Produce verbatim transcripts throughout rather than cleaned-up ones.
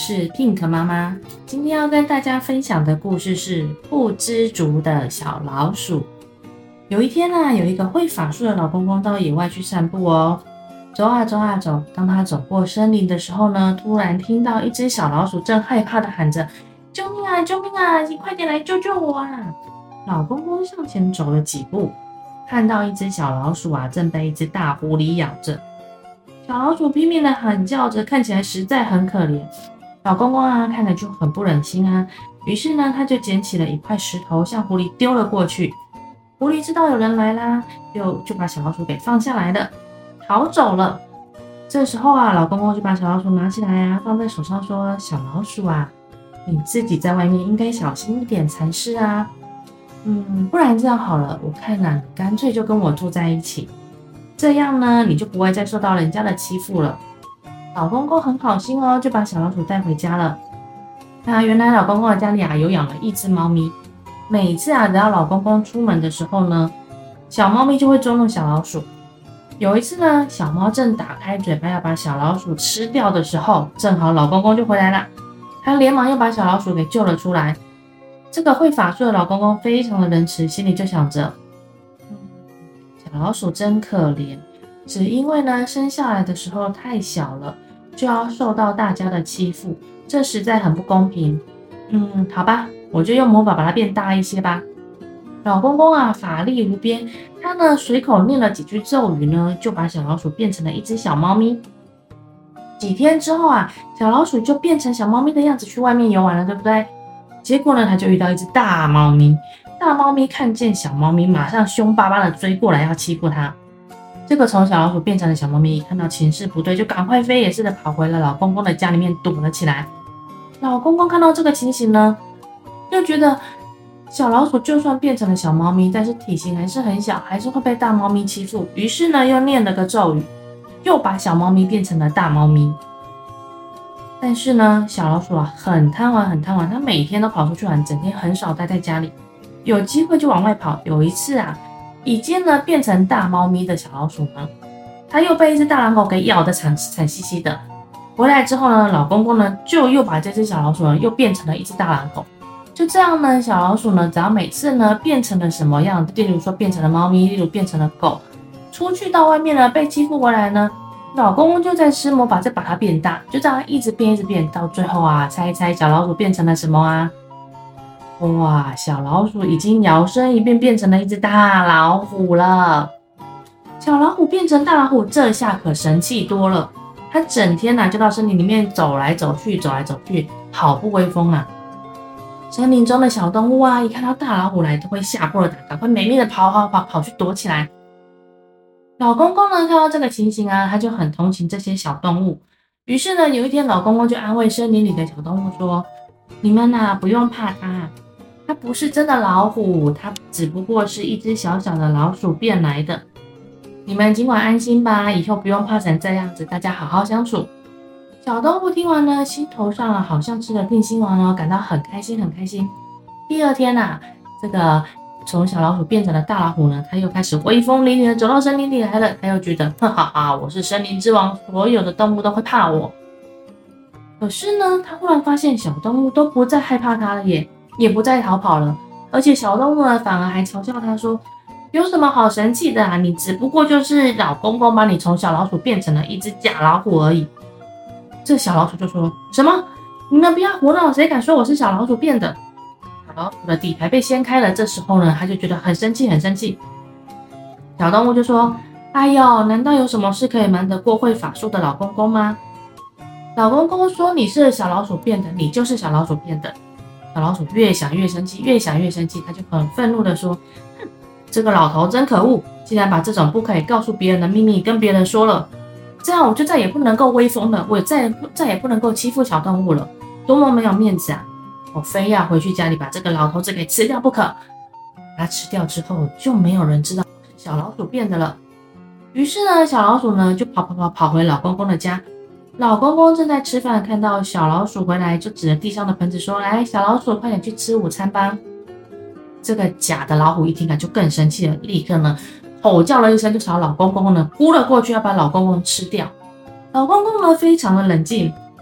是 Pink 妈妈，今天要跟大家分享的故事是不知足的小老鼠。有一天啊，有一个会法术的老公公到野外去散步哦。走啊走啊走，当他走过森林的时候呢，突然听到一只小老鼠正害怕的喊着：救命啊救命啊，你快点来救救我啊！老公公向前走了几步，看到一只小老鼠啊，正被一只大狐狸咬着。小老鼠拼命的喊叫着，看起来实在很可怜。老公公啊，看着就很不忍心啊，于是呢，他就捡起了一块石头，向狐狸丢了过去。狐狸知道有人来啦，就就把小老鼠给放下来了，逃走了。这时候啊，老公公就把小老鼠拿起来啊，放在手上说：小老鼠啊，你自己在外面应该小心一点才是啊。嗯，不然这样好了，我看啊，你干脆就跟我住在一起，这样呢，你就不会再受到人家的欺负了。老公公很好心哦，就把小老鼠带回家了。那原来老公公的家里啊，有养了一只猫咪。每次啊，只要老公公出门的时候呢，小猫咪就会捉弄小老鼠。有一次呢，小猫正打开嘴巴要把小老鼠吃掉的时候，正好老公公就回来了，他连忙又把小老鼠给救了出来。这个会法术的老公公非常的仁慈，心里就想着，嗯，小老鼠真可怜，只因为呢生下来的时候太小了，就要受到大家的欺负，这实在很不公平。嗯，好吧，我就用魔法把它变大一些吧。老公公啊，法力无边，他呢随口念了几句咒语呢，就把小老鼠变成了一只小猫咪。几天之后啊，小老鼠就变成小猫咪的样子去外面游玩了，对不对？结果呢，他就遇到一只大猫咪。大猫咪看见小猫咪，马上凶巴巴的追过来要欺负它。这个从小老鼠变成的小猫咪，一看到情势不对，就赶快飞也似的跑回了老公公的家里面躲了起来。老公公看到这个情形呢，就觉得小老鼠就算变成了小猫咪，但是体型还是很小，还是会被大猫咪欺负。于是呢，又念了个咒语，又把小猫咪变成了大猫咪。但是呢，小老鼠啊很贪玩，很贪玩，它每天都跑出去玩，整天很少待在家里，有机会就往外跑。有一次啊，已经呢变成大猫咪的小老鼠呢，它又被一只大狼狗给咬得惨惨兮兮的。回来之后呢，老公公呢就又把这只小老鼠呢又变成了一只大狼狗。就这样呢，小老鼠呢只要每次呢变成了什么样，例如说变成了猫咪，例如变成了狗，出去到外面呢被欺负回来呢，老公公就在施魔法再把它变大，就这样一直变一直变，到最后啊，猜一猜小老鼠变成了什么啊？哇，小老鼠已经摇身一变变成了一只大老虎了。小老虎变成大老虎，这下可神气多了。它整天啊就到森林里面走来走去，走来走去，好不威风啊！森林中的小动物啊，一看到大老虎来，都会吓破了胆，赶快没命的跑跑跑跑去躲起来。老公公呢看到这个情形啊，他就很同情这些小动物。于是呢，有一天老公公就安慰森林里的小动物说：你们啊不用怕它，它不是真的老虎，它只不过是一只小小的老鼠变来的。你们尽管安心吧，以后不用怕成这样子，大家好好相处。小动物听完呢，心头上好像吃了定心丸哦，感到很开心很开心。第二天啊，这个从小老鼠变成了大老虎呢，他又开始威风凛凛的走到森林里来了。他又觉得，哈哈哈，我是森林之王，所有的动物都会怕我。可是呢，他忽然发现小动物都不再害怕他了耶，也不再逃跑了，而且小动物呢反而还嘲笑他说：有什么好生气的啊？你只不过就是老公公把你从小老鼠变成了一只假老虎而已。这小老鼠就说：什么？你们不要胡闹，谁敢说我是小老鼠变的？小老鼠的底牌被掀开了，这时候呢，他就觉得很生气很生气。小动物就说：哎呦，难道有什么事可以瞒得过会法术的老公公吗？老公公说你是小老鼠变的，你就是小老鼠变的。小老鼠越想越生气，越想越生气，他就很愤怒的说：哼，这个老头真可恶，竟然把这种不可以告诉别人的秘密跟别人说了，这样我就再也不能够威风了，我再也不再也不能够欺负小动物了，多么没有面子啊！我非要回去家里把这个老头子给吃掉不可。把它吃掉之后，就没有人知道是小老鼠变的了。于是呢，小老鼠呢就跑跑跑跑回老公公的家。老公公正在吃饭，看到小老鼠回来，就指着地上的盆子说：来，小老鼠，快点去吃午餐吧。这个假的老虎一听啊，就更生气了，立刻呢吼叫了一声，就朝老公公呢扑了过去，要把老公公吃掉。老公公呢非常的冷静，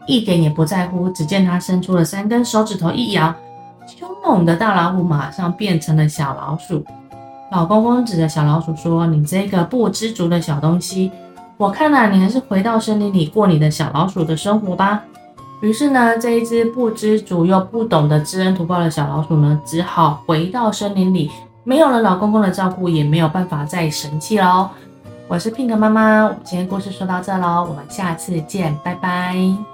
一点也不在乎。只见他伸出了三根手指头一摇，凶猛的大老虎马上变成了小老鼠。老公公指着小老鼠说：“你这个不知足的小东西，我看啊，你还是回到森林里过你的小老鼠的生活吧。”于是呢，这一只不知足又不懂得知恩图报的小老鼠呢，只好回到森林里，没有了老公公的照顾，也没有办法再生气喽。我是 Pink 妈妈，我们今天故事说到这喽，我们下次见，拜拜。